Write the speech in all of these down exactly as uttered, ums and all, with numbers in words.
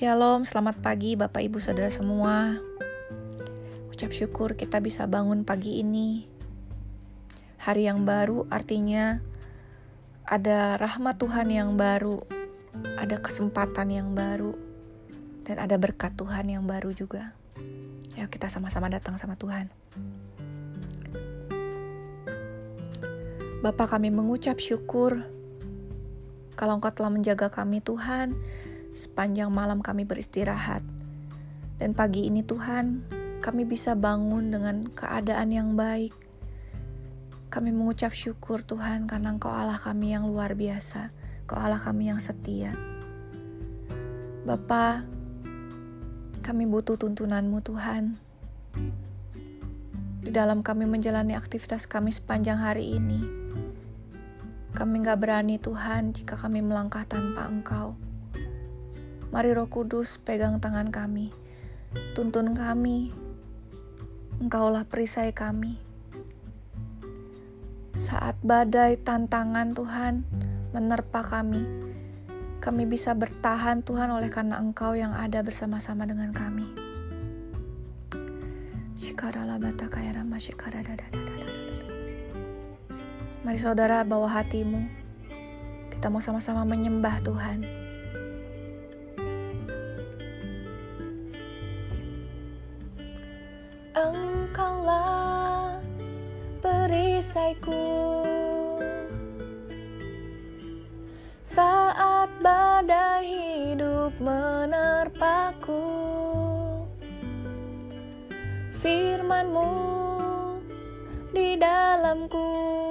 Shalom, selamat pagi Bapak Ibu Saudara semua. Ucap syukur kita bisa bangun pagi ini. Hari yang baru artinya ada rahmat Tuhan yang baru, ada kesempatan yang baru, dan ada berkat Tuhan yang baru juga. Ya, kita sama-sama datang sama Tuhan. Bapa, kami mengucap syukur kalau Engkau telah menjaga kami Tuhan. Sepanjang malam kami beristirahat. Dan pagi ini Tuhan, kami bisa bangun dengan keadaan yang baik. Kami mengucap syukur Tuhan karena Engkau Allah kami yang luar biasa. Engkau Allah kami yang setia. Bapa, kami butuh tuntunan-Mu Tuhan. Di dalam kami menjalani aktivitas kami sepanjang hari ini. Kami gak berani Tuhan jika kami melangkah tanpa Engkau. Mari Roh Kudus pegang tangan kami, tuntun kami, Engkaulah perisai kami. Saat badai tantangan Tuhan menerpa kami, kami bisa bertahan Tuhan oleh karena Engkau yang ada bersama-sama dengan kami. Mari saudara bawa hatimu, kita mau sama-sama menyembah Tuhan. Engkaulah perisaiku saat badai hidup menerpaku. Firman-Mu di dalamku,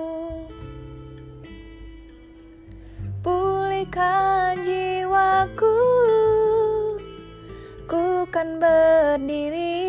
pulihkan jiwaku, ku kan berdiri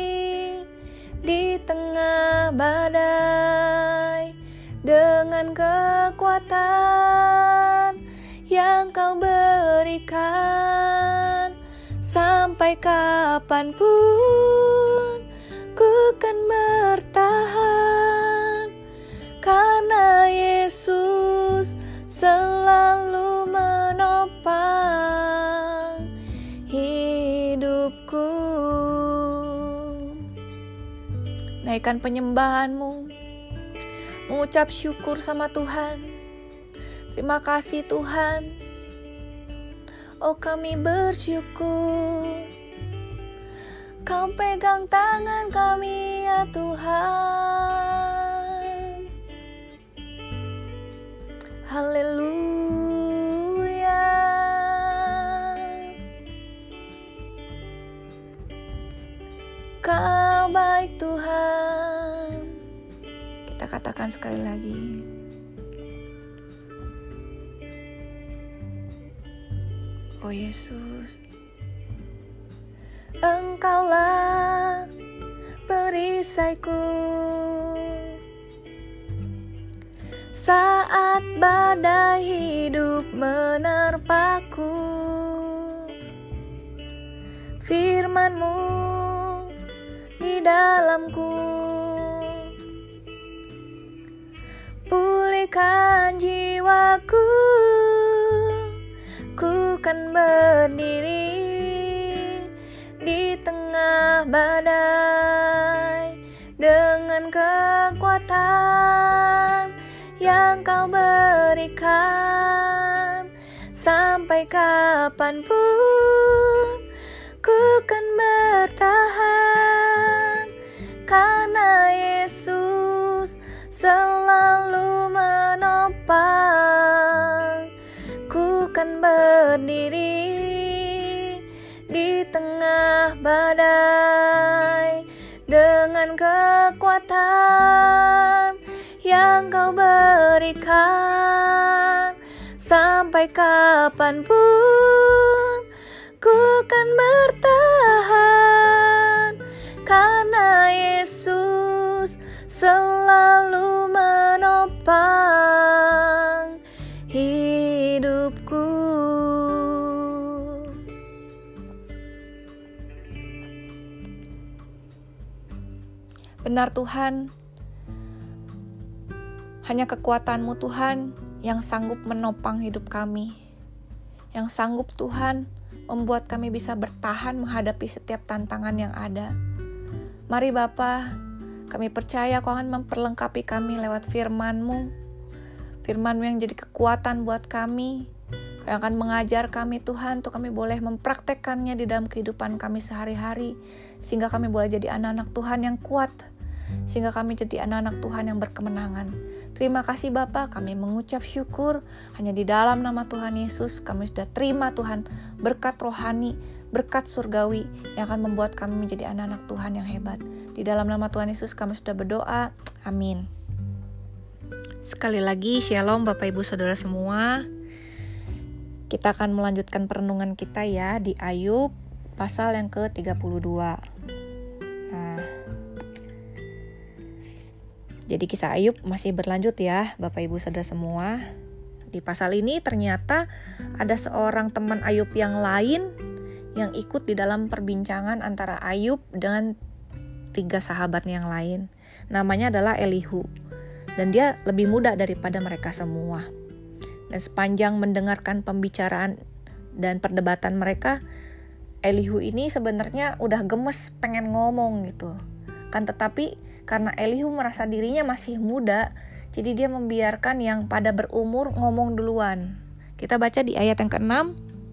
di tengah badai dengan kekuatan yang Kau berikan. Sampai kapanpun ku kan bertahan karena Yesus selalu menopang hidupku. Naikkan penyembahan-Mu, mengucap syukur sama Tuhan. Terima kasih Tuhan. Oh, kami bersyukur Kau pegang tangan kami ya Tuhan. Haleluya. Kau baik Tuhan. Kita katakan sekali lagi. Oh Yesus, Engkaulah perisaiku saat badai hidup menerpaku. Firman-Mu di dalamku, pulihkan jiwaku, ku kan berdiri di tengah badai dengan kekuatan yang Kau berikan. Sampai kapanpun ku kan bertahan karena Yesus selalu menopang. Ku kan berdiri di tengah badai dengan kekuatan yang Kau berikan. Sampai kapanpun ku kan bertahan karena Yesus selalu menopang hidupku. Benar Tuhan, hanya kekuatan-Mu Tuhan yang sanggup menopang hidup kami, yang sanggup Tuhan membuat kami bisa bertahan menghadapi setiap tantangan yang ada. Mari Bapa, kami percaya Kau akan memperlengkapi kami lewat firman-Mu. Firman-Mu yang jadi kekuatan buat kami. Kau akan mengajar kami Tuhan, untuk kami boleh mempraktekkannya di dalam kehidupan kami sehari-hari. Sehingga kami boleh jadi anak-anak Tuhan yang kuat. Sehingga kami jadi anak-anak Tuhan yang berkemenangan. Terima kasih Bapa, kami mengucap syukur. Hanya di dalam nama Tuhan Yesus kami sudah terima Tuhan berkat rohani, berkat surgawi yang akan membuat kami menjadi anak-anak Tuhan yang hebat. Di dalam nama Tuhan Yesus kami sudah berdoa. Amin. Sekali lagi Shalom Bapak Ibu Saudara semua. Kita akan melanjutkan perenungan kita ya di Ayub pasal yang ke tiga puluh dua. Nah, jadi kisah Ayub masih berlanjut ya Bapak Ibu Saudara semua. Di pasal ini ternyata ada seorang teman Ayub yang lain yang ikut di dalam perbincangan antara Ayub dengan tiga sahabatnya yang lain. Namanya adalah Elihu. Dan dia lebih muda daripada mereka semua. Dan sepanjang mendengarkan pembicaraan dan perdebatan mereka, Elihu ini sebenarnya udah gemes pengen ngomong gitu. Kan tetapi karena Elihu merasa dirinya masih muda, jadi dia membiarkan yang pada berumur ngomong duluan. Kita baca di ayat yang keenam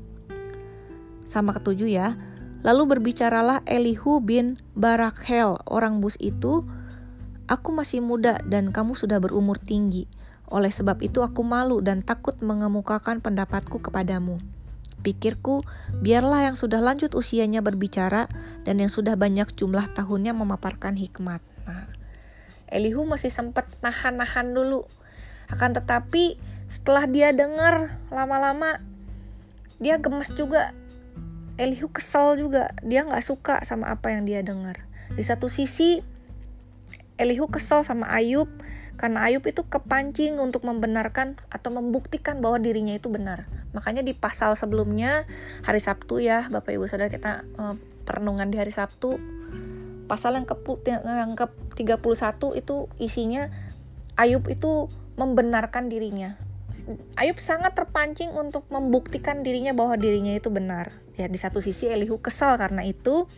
sama ketujuh ya. Lalu berbicaralah Elihu bin Barakhel orang Bus itu, aku masih muda dan kamu sudah berumur tinggi. Oleh sebab itu aku malu dan takut mengemukakan pendapatku kepadamu. Pikirku, biarlah yang sudah lanjut usianya berbicara dan yang sudah banyak jumlah tahunnya memaparkan hikmat. Nah, Elihu masih sempat nahan-nahan dulu. Akan tetapi setelah dia dengar lama-lama, dia gemes juga. Elihu kesal juga, dia gak suka sama apa yang dia dengar. Di satu sisi, Elihu kesal sama Ayub, karena Ayub itu kepancing untuk membenarkan atau membuktikan bahwa dirinya itu benar. Makanya di pasal sebelumnya, hari Sabtu ya, Bapak Ibu Saudara kita uh, perenungan di hari Sabtu, pasal yang ke yang ke tiga puluh satu itu isinya Ayub itu membenarkan dirinya. Ayub sangat terpancing untuk membuktikan dirinya bahwa dirinya itu benar. Ya, di satu sisi Elihu kesal karena itu.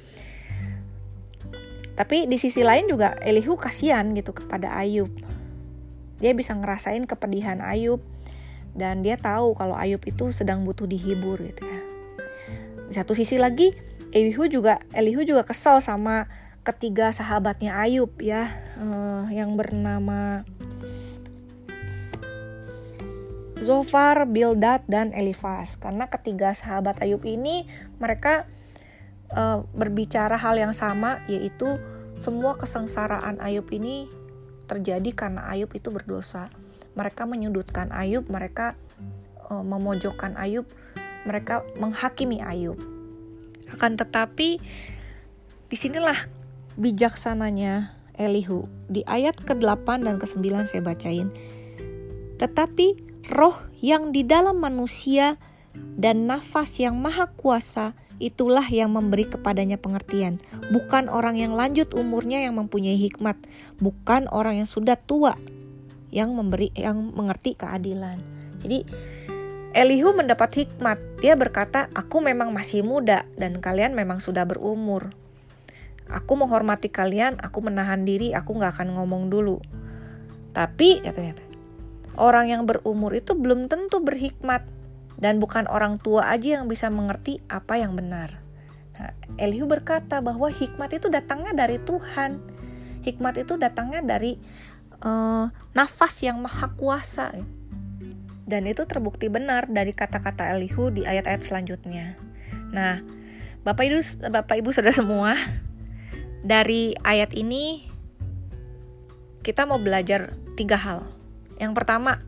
Tapi di sisi lain juga Elihu kasihan gitu kepada Ayub. Dia bisa ngerasain kepedihan Ayub dan dia tahu kalau Ayub itu sedang butuh dihibur gitu ya. Di satu sisi lagi Elihu juga Elihu juga kesal sama ketiga sahabatnya Ayub ya, uh, yang bernama Zofar, Bildad, dan Elifas. Karena ketiga sahabat Ayub ini mereka uh, berbicara hal yang sama, yaitu semua kesengsaraan Ayub ini terjadi karena Ayub itu berdosa. Mereka menyudutkan Ayub, mereka uh, memojokkan Ayub, mereka menghakimi Ayub. Akan tetapi disinilah bijaksananya Elihu. Di ayat kedelapan dan kesembilan saya bacain. Tetapi roh yang di dalam manusia dan nafas yang maha kuasa, itulah yang memberi kepadanya pengertian. Bukan orang yang lanjut umurnya yang mempunyai hikmat, bukan orang yang sudah tua yang memberi yang mengerti keadilan. Jadi Elihu mendapat hikmat. Dia berkata, aku memang masih muda dan kalian memang sudah berumur. Aku menghormati kalian, aku menahan diri, aku gak akan ngomong dulu. Tapi katanya, orang yang berumur itu belum tentu berhikmat. Dan bukan orang tua aja yang bisa mengerti apa yang benar. Nah, Elihu berkata bahwa hikmat itu datangnya dari Tuhan. Hikmat itu datangnya dari uh, nafas yang maha kuasa. Dan itu terbukti benar dari kata-kata Elihu di ayat-ayat selanjutnya. Nah, Bapak Ibu, Bapak Ibu Saudara semua, dari ayat ini kita mau belajar tiga hal. Yang pertama,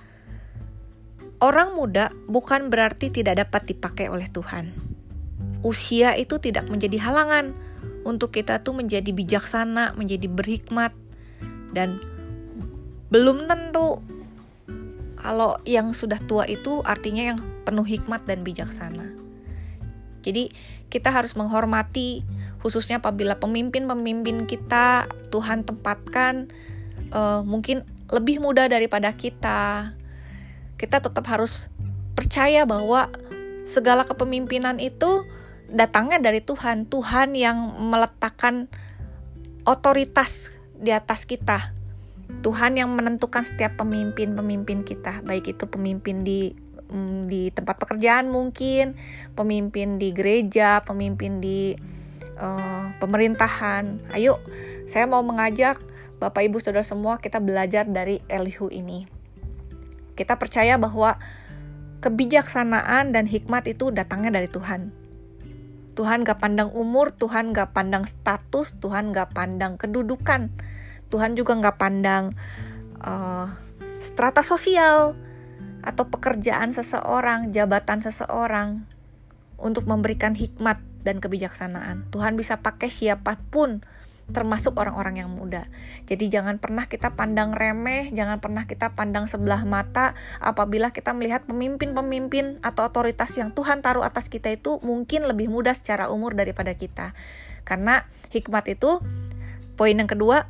orang muda bukan berarti tidak dapat dipakai oleh Tuhan. Usia itu tidak menjadi halangan untuk kita tuh menjadi bijaksana, menjadi berhikmat. Dan belum tentu kalau yang sudah tua itu artinya yang penuh hikmat dan bijaksana. Jadi kita harus menghormati, khususnya apabila pemimpin-pemimpin kita Tuhan tempatkan uh, mungkin lebih muda daripada kita. Kita tetap harus percaya bahwa segala kepemimpinan itu datangnya dari Tuhan. Tuhan yang meletakkan otoritas di atas kita. Tuhan yang menentukan setiap pemimpin-pemimpin kita, baik itu pemimpin di di tempat pekerjaan mungkin, pemimpin di gereja, pemimpin di uh, pemerintahan. Ayo, saya mau mengajak Bapak Ibu Saudara semua kita belajar dari Elihu ini. Kita percaya bahwa kebijaksanaan dan hikmat itu datangnya dari Tuhan. Tuhan gak pandang umur, Tuhan gak pandang status, Tuhan gak pandang kedudukan, Tuhan juga gak pandang uh, strata sosial atau pekerjaan seseorang, jabatan seseorang untuk memberikan hikmat dan kebijaksanaan. Tuhan bisa pakai siapapun, termasuk orang-orang yang muda. Jadi jangan pernah kita pandang remeh, jangan pernah kita pandang sebelah mata apabila kita melihat pemimpin-pemimpin atau otoritas yang Tuhan taruh atas kita itu mungkin lebih muda secara umur daripada kita. Karena hikmat itu, poin yang kedua,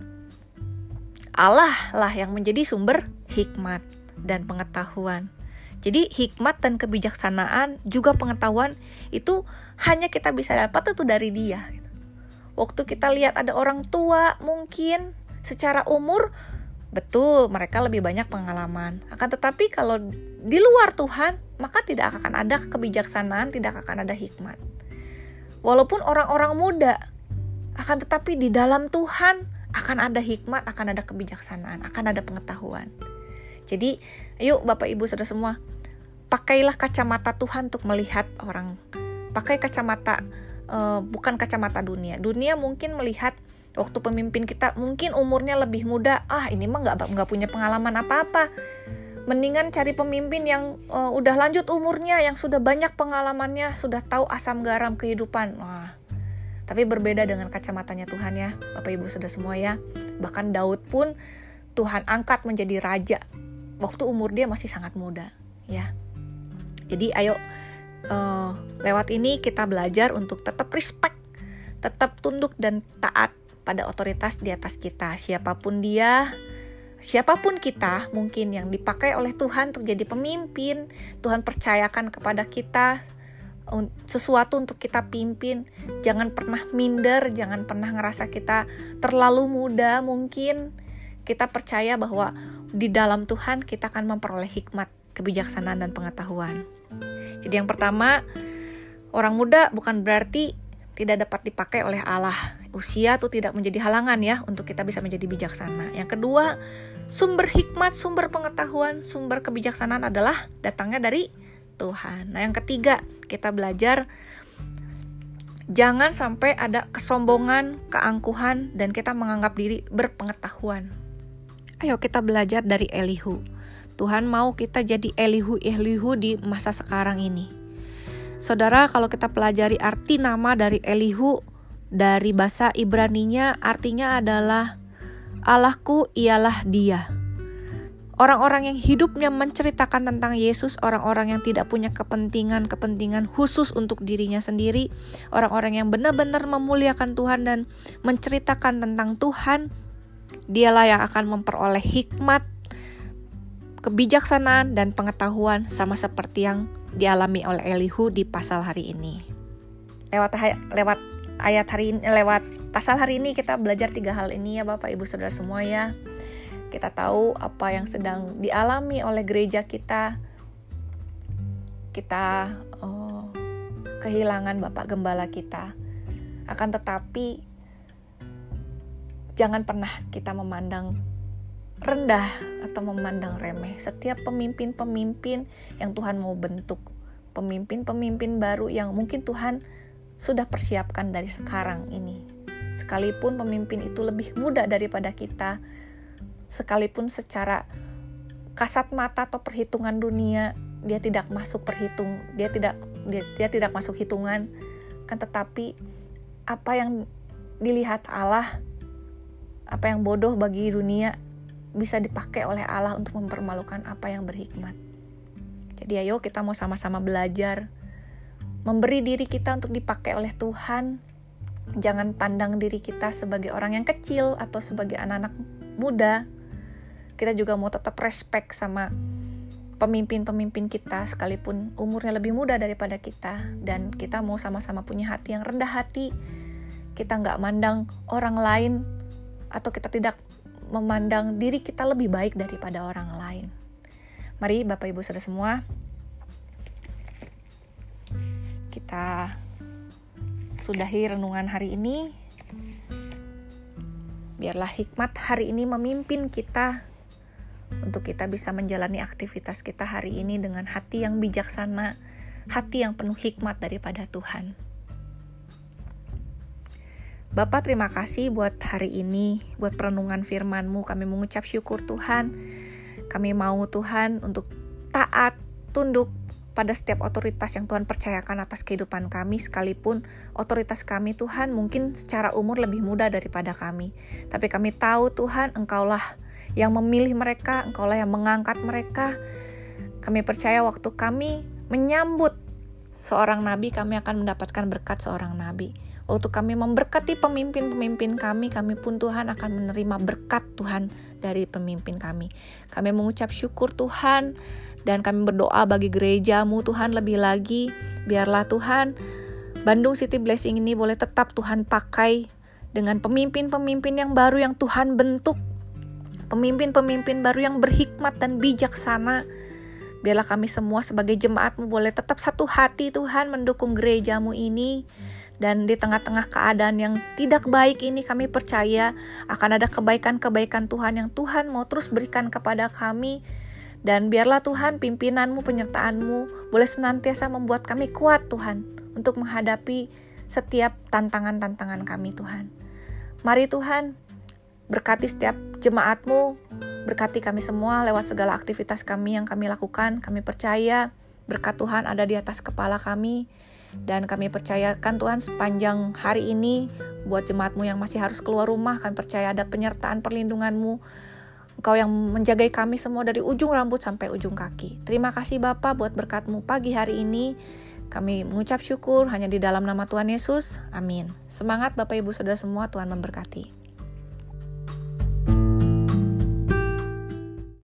Allah lah yang menjadi sumber hikmat dan pengetahuan. Jadi hikmat dan kebijaksanaan juga pengetahuan itu hanya kita bisa dapat itu dari Dia. Waktu kita lihat ada orang tua mungkin secara umur, betul mereka lebih banyak pengalaman. Akan tetapi kalau di luar Tuhan, maka tidak akan ada kebijaksanaan, tidak akan ada hikmat. Walaupun orang-orang muda, akan tetapi di dalam Tuhan akan ada hikmat, akan ada kebijaksanaan, akan ada pengetahuan. Jadi, ayo Bapak Ibu Saudara semua, pakailah kacamata Tuhan untuk melihat orang. Pakai kacamata, uh, bukan kacamata dunia. Dunia mungkin melihat waktu pemimpin kita mungkin umurnya lebih muda. Ah, ini mah nggak nggak punya pengalaman apa-apa. Mendingan cari pemimpin yang uh, udah lanjut umurnya, yang sudah banyak pengalamannya, sudah tahu asam garam kehidupan. Wah, tapi berbeda dengan kacamatanya Tuhan ya, Bapak Ibu Saudara semua ya. Bahkan Daud pun Tuhan angkat menjadi raja waktu umur dia masih sangat muda, ya. Jadi ayo uh, lewat ini kita belajar untuk tetap respect, tetap tunduk dan taat pada otoritas di atas kita. Siapapun dia, siapapun kita mungkin yang dipakai oleh Tuhan untuk jadi pemimpin, Tuhan percayakan kepada kita sesuatu untuk kita pimpin. Jangan pernah minder, jangan pernah ngerasa kita terlalu muda mungkin. Kita percaya bahwa di dalam Tuhan kita akan memperoleh hikmat, kebijaksanaan, dan pengetahuan. Jadi yang pertama, orang muda bukan berarti tidak dapat dipakai oleh Allah. Usia itu tidak menjadi halangan ya untuk kita bisa menjadi bijaksana. Yang kedua, sumber hikmat, sumber pengetahuan, sumber kebijaksanaan adalah datangnya dari Tuhan. Nah yang ketiga, kita belajar jangan sampai ada kesombongan, keangkuhan, dan kita menganggap diri berpengetahuan. Ayo kita belajar dari Elihu. Tuhan mau kita jadi Elihu-Elihu di masa sekarang ini. Saudara, kalau kita pelajari arti nama dari Elihu, dari bahasa Ibraninya artinya adalah Allahku ialah Dia. Orang-orang yang hidupnya menceritakan tentang Yesus, orang-orang yang tidak punya kepentingan-kepentingan khusus untuk dirinya sendiri, orang-orang yang benar-benar memuliakan Tuhan dan menceritakan tentang Tuhan, dialah yang akan memperoleh hikmat, kebijaksanaan, dan pengetahuan sama seperti yang dialami oleh Elihu di pasal hari ini. Lewat lewat ayat hari ini, lewat pasal hari ini kita belajar tiga hal ini ya Bapak Ibu Saudara semua ya. Kita tahu apa yang sedang dialami oleh gereja kita. Kita oh, kehilangan Bapak Gembala kita. Akan tetapi jangan pernah kita memandang rendah atau memandang remeh setiap pemimpin-pemimpin yang Tuhan mau bentuk. Pemimpin-pemimpin baru yang mungkin Tuhan sudah persiapkan dari sekarang ini. Sekalipun pemimpin itu lebih muda daripada kita, sekalipun secara kasat mata atau perhitungan dunia dia tidak masuk perhitung, dia tidak dia, dia tidak masuk hitungan, kan tetapi apa yang dilihat Allah, apa yang bodoh bagi dunia bisa dipakai oleh Allah untuk mempermalukan apa yang berhikmat. Jadi ayo kita mau sama-sama belajar memberi diri kita untuk dipakai oleh Tuhan. Jangan pandang diri kita sebagai orang yang kecil atau sebagai anak-anak muda. Kita juga mau tetap respect sama pemimpin-pemimpin kita sekalipun umurnya lebih muda daripada kita, dan kita mau sama-sama punya hati yang rendah hati. Kita gak mandang orang lain, atau kita tidak memandang diri kita lebih baik daripada orang lain. Mari Bapak Ibu Saudara semua, kita sudahi renungan hari ini. Biarlah hikmat hari ini memimpin kita untuk kita bisa menjalani aktivitas kita hari ini dengan hati yang bijaksana, hati yang penuh hikmat daripada Tuhan. Bapa, terima kasih buat hari ini, buat perenungan firman-Mu. Kami mengucap syukur Tuhan. Kami mau Tuhan untuk taat, tunduk pada setiap otoritas yang Tuhan percayakan atas kehidupan kami, sekalipun otoritas kami Tuhan mungkin secara umur lebih muda daripada kami. Tapi kami tahu Tuhan, Engkaulah yang memilih mereka, Engkaulah yang mengangkat mereka. Kami percaya waktu kami menyambut seorang nabi, kami akan mendapatkan berkat seorang nabi. Waktu kami memberkati pemimpin-pemimpin kami, kami pun Tuhan akan menerima berkat Tuhan dari pemimpin kami. Kami mengucap syukur Tuhan, dan kami berdoa bagi gereja-Mu Tuhan lebih lagi. Biarlah Tuhan, Bandung City Blessing ini boleh tetap Tuhan pakai dengan pemimpin-pemimpin yang baru yang Tuhan bentuk. Pemimpin-pemimpin baru yang berhikmat dan bijaksana. Biarlah kami semua sebagai jemaat-Mu boleh tetap satu hati Tuhan mendukung gereja-Mu ini. Dan di tengah-tengah keadaan yang tidak baik ini, kami percaya akan ada kebaikan-kebaikan Tuhan yang Tuhan mau terus berikan kepada kami. Dan biarlah Tuhan pimpinan-Mu, penyertaan-Mu boleh senantiasa membuat kami kuat Tuhan untuk menghadapi setiap tantangan-tantangan kami Tuhan. Mari Tuhan, berkati setiap jemaat-Mu, berkati kami semua lewat segala aktivitas kami yang kami lakukan. Kami percaya berkat Tuhan ada di atas kepala kami. Dan kami percayakan Tuhan sepanjang hari ini buat jemaat-Mu yang masih harus keluar rumah, kami percaya ada penyertaan perlindungan-Mu. Engkau yang menjaga kami semua dari ujung rambut sampai ujung kaki. Terima kasih Bapa buat berkat-Mu pagi hari ini. Kami mengucap syukur hanya di dalam nama Tuhan Yesus. Amin. Semangat Bapak Ibu Saudara semua, Tuhan memberkati.